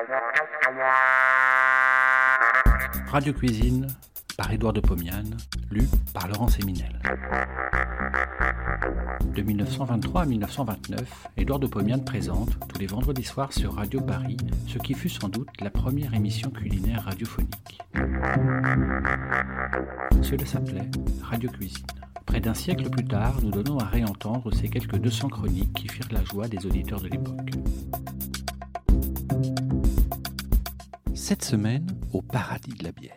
Radio Cuisine par Édouard de Pomian, lu par Laurent Séminel. De 1923 à 1929, Édouard de Pomian présente, tous les vendredis soirs sur Radio Paris, ce qui fut sans doute la première émission culinaire radiophonique. Cela s'appelait Radio Cuisine. Près d'un siècle plus tard, nous donnons à réentendre ces quelques 200 chroniques qui firent la joie des auditeurs de l'époque. Cette semaine, au paradis de la bière.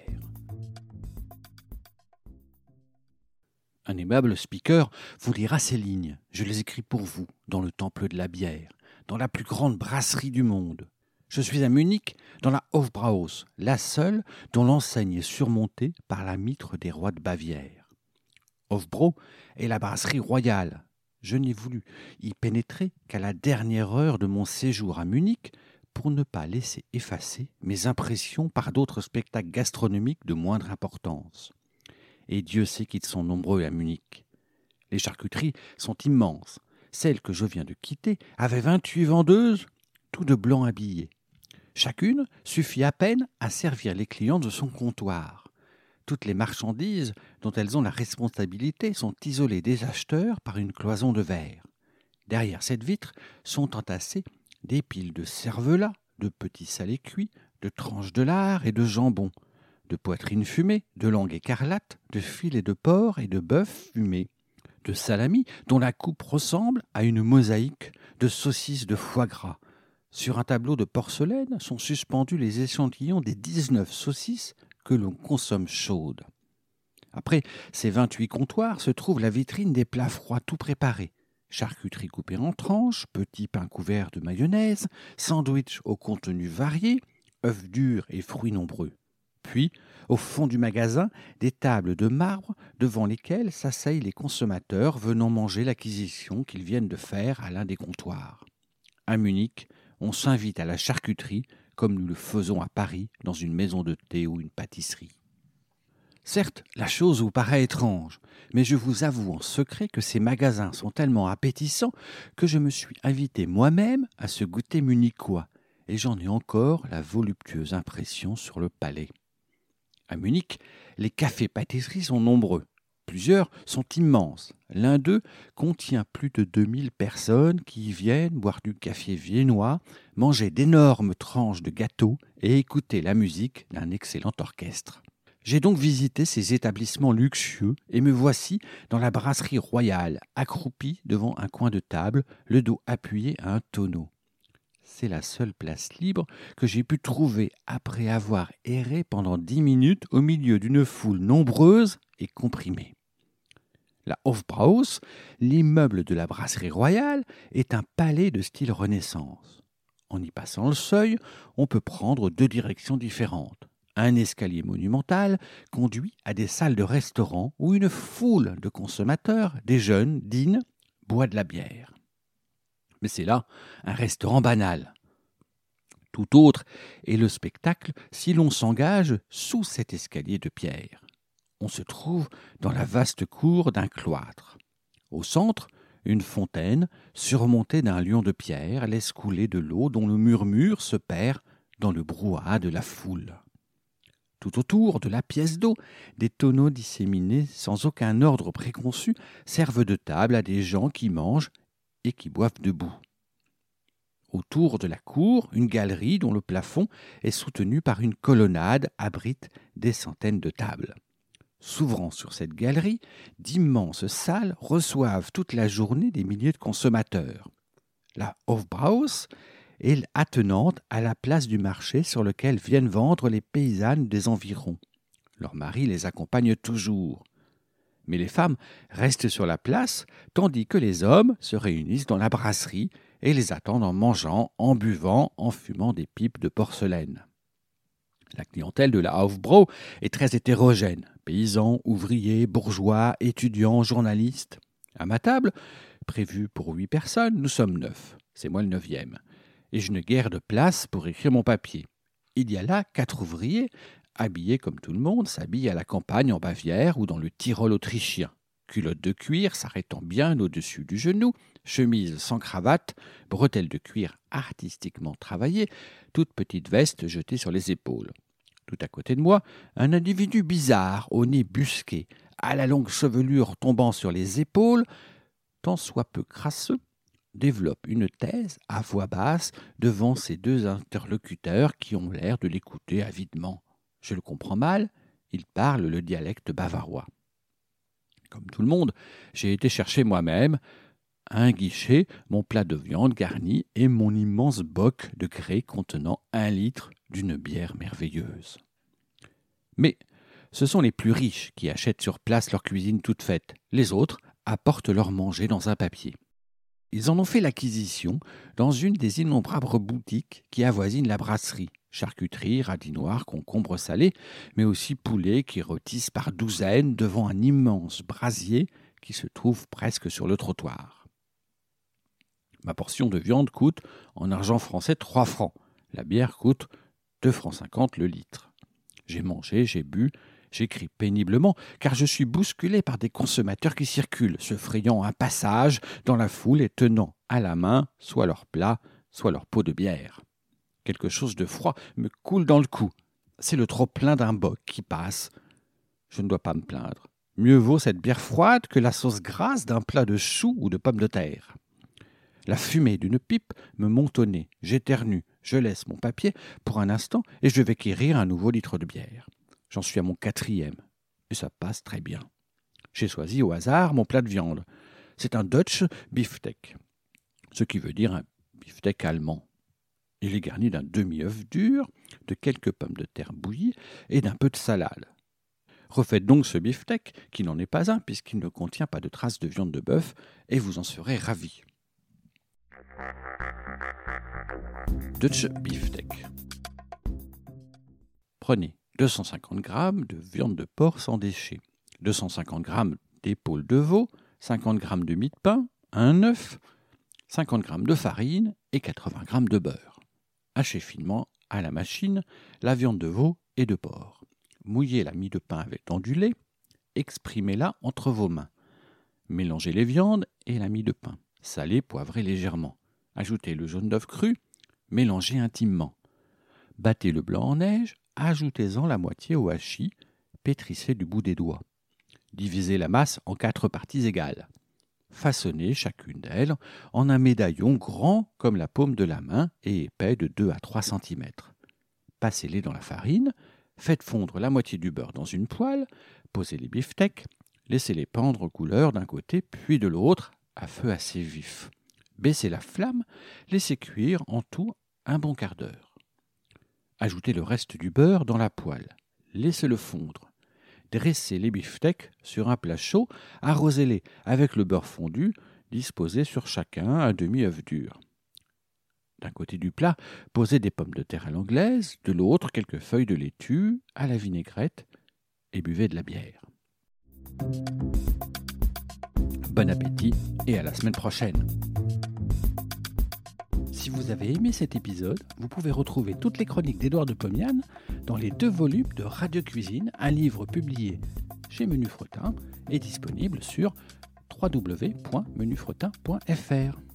Un aimable speaker vous lira ces lignes. Je les écris pour vous, dans le temple de la bière, dans la plus grande brasserie du monde. Je suis à Munich, dans la Hofbrauhaus, la seule dont l'enseigne est surmontée par la mitre des rois de Bavière. Hofbrau est la brasserie royale. Je n'ai voulu y pénétrer qu'à la dernière heure de mon séjour à Munich pour ne pas laisser effacer mes impressions par d'autres spectacles gastronomiques de moindre importance. Et Dieu sait qu'ils sont nombreux à Munich. Les charcuteries sont immenses. Celle que je viens de quitter avait 28 vendeuses, tout de blanc habillées. Chacune suffit à peine à servir les clients de son comptoir. Toutes les marchandises dont elles ont la responsabilité sont isolées des acheteurs par une cloison de verre. Derrière cette vitre sont entassés des piles de cervelas, de petits salés cuits, de tranches de lard et de jambon, de poitrines fumées, de langue écarlate, de filets de porc et de bœuf fumés, de salami dont la coupe ressemble à une mosaïque de saucisses de foie gras. Sur un tableau de porcelaine sont suspendus les échantillons des 19 saucisses que l'on consomme chaudes. Après ces 28 comptoirs se trouve la vitrine des plats froids tout préparés. Charcuterie coupée en tranches, petits pains couverts de mayonnaise, sandwich au contenu varié, œufs durs et fruits nombreux. Puis, au fond du magasin, des tables de marbre devant lesquelles s'asseyent les consommateurs venant manger l'acquisition qu'ils viennent de faire à l'un des comptoirs. À Munich, on s'invite à la charcuterie comme nous le faisons à Paris dans une maison de thé ou une pâtisserie. Certes, la chose vous paraît étrange, mais je vous avoue en secret que ces magasins sont tellement appétissants que je me suis invité moi-même à ce goûter munichois, et j'en ai encore la voluptueuse impression sur le palais. À Munich, les cafés-pâtisseries sont nombreux. Plusieurs sont immenses. L'un d'eux contient plus de 2000 personnes qui y viennent boire du café viennois, manger d'énormes tranches de gâteaux et écouter la musique d'un excellent orchestre. J'ai donc visité ces établissements luxueux et me voici dans la brasserie royale, accroupi devant un coin de table, le dos appuyé à un tonneau. C'est la seule place libre que j'ai pu trouver après avoir erré pendant 10 minutes au milieu d'une foule nombreuse et comprimée. La Hofbrauhaus, l'immeuble de la brasserie royale, est un palais de style Renaissance. En y passant le seuil, on peut prendre 2 directions différentes. Un escalier monumental conduit à des salles de restaurant où une foule de consommateurs déjeunent, dînent, boivent de la bière. Mais c'est là un restaurant banal. Tout autre est le spectacle si l'on s'engage sous cet escalier de pierre. On se trouve dans la vaste cour d'un cloître. Au centre, une fontaine, surmontée d'un lion de pierre, laisse couler de l'eau dont le murmure se perd dans le brouhaha de la foule. Tout autour de la pièce d'eau, des tonneaux disséminés sans aucun ordre préconçu servent de table à des gens qui mangent et qui boivent debout. Autour de la cour, une galerie dont le plafond est soutenu par une colonnade abrite des centaines de tables. S'ouvrant sur cette galerie, d'immenses salles reçoivent toute la journée des milliers de consommateurs. La Hofbrauhaus est attenante à la place du marché sur lequel viennent vendre les paysannes des environs. Leurs maris les accompagnent toujours. Mais les femmes restent sur la place, tandis que les hommes se réunissent dans la brasserie et les attendent en mangeant, en buvant, en fumant des pipes de porcelaine. La clientèle de la Hofbrau est très hétérogène. Paysans, ouvriers, bourgeois, étudiants, journalistes. À ma table, prévue pour 8 personnes, nous sommes 9. C'est moi le 9e. Et je n'ai guère de place pour écrire mon papier. Il y a là 4 ouvriers, habillés comme tout le monde s'habille à la campagne en Bavière ou dans le Tyrol autrichien. Culottes de cuir s'arrêtant bien au-dessus du genou, chemise sans cravate, bretelles de cuir artistiquement travaillées, toute petite veste jetée sur les épaules. Tout à côté de moi, un individu bizarre, au nez busqué, à la longue chevelure tombant sur les épaules, tant soit peu crasseux, développe une thèse à voix basse devant ses deux interlocuteurs qui ont l'air de l'écouter avidement. Je le comprends mal, il parle le dialecte bavarois. Comme tout le monde, j'ai été chercher moi-même à un guichet mon plat de viande garni et mon immense boc de grès contenant 1 litre d'une bière merveilleuse. Mais ce sont les plus riches qui achètent sur place leur cuisine toute faite. Les autres apportent leur manger dans un papier. Ils en ont fait l'acquisition dans une des innombrables boutiques qui avoisinent la brasserie. Charcuterie, radis noirs, concombres salés, mais aussi poulets qui rôtissent par douzaines devant un immense brasier qui se trouve presque sur le trottoir. Ma portion de viande coûte, en argent français, 3 francs. La bière coûte 2,50 francs le litre. J'ai mangé, j'ai bu, j'écris péniblement, car je suis bousculé par des consommateurs qui circulent, se frayant un passage dans la foule et tenant à la main soit leur plat, soit leur pot de bière. Quelque chose de froid me coule dans le cou. C'est le trop-plein d'un boc qui passe. Je ne dois pas me plaindre. Mieux vaut cette bière froide que la sauce grasse d'un plat de choux ou de pommes de terre. La fumée d'une pipe me monte au nez. J'éternue, je laisse mon papier pour un instant et je vais quérir un nouveau litre de bière. J'en suis à mon 4e et ça passe très bien. J'ai choisi au hasard mon plat de viande. C'est un Dutch beefsteak, ce qui veut dire un beefsteak allemand. Il est garni d'un demi-œuf dur, de quelques pommes de terre bouillies et d'un peu de salade. Refaites donc ce beefsteak, qui n'en est pas un puisqu'il ne contient pas de traces de viande de bœuf, et vous en serez ravis. Dutch beefsteak. Prenez 250 g de viande de porc sans déchets, 250 g d'épaule de veau, 50 g de mie de pain, un œuf, 50 g de farine et 80 g de beurre. Hachez finement à la machine la viande de veau et de porc. Mouillez la mie de pain avec du lait, exprimez-la entre vos mains. Mélangez les viandes et la mie de pain. Salez, poivrez légèrement. Ajoutez le jaune d'œuf cru, mélangez intimement. Battez le blanc en neige, ajoutez-en la moitié au hachis, pétrissez du bout des doigts. Divisez la masse en 4 parties égales. Façonnez chacune d'elles en un médaillon grand comme la paume de la main et épais de 2 à 3 cm. Passez-les dans la farine, faites fondre la moitié du beurre dans une poêle, posez les beefsteaks, laissez-les pendre couleur d'un côté puis de l'autre à feu assez vif. Baissez la flamme, laissez cuire en tout un bon quart d'heure. Ajoutez le reste du beurre dans la poêle, laissez-le fondre. Dressez les beefsteaks sur un plat chaud, arrosez-les avec le beurre fondu, disposez sur chacun un demi-œuf dur. D'un côté du plat, posez des pommes de terre à l'anglaise, de l'autre quelques feuilles de laitue à la vinaigrette et buvez de la bière. Bon appétit et à la semaine prochaine. Si vous avez aimé cet épisode, vous pouvez retrouver toutes les chroniques d'Édouard de Pomian dans les 2 volumes de Radio Cuisine, un livre publié chez Menu Fretin et disponible sur www.menufretin.fr.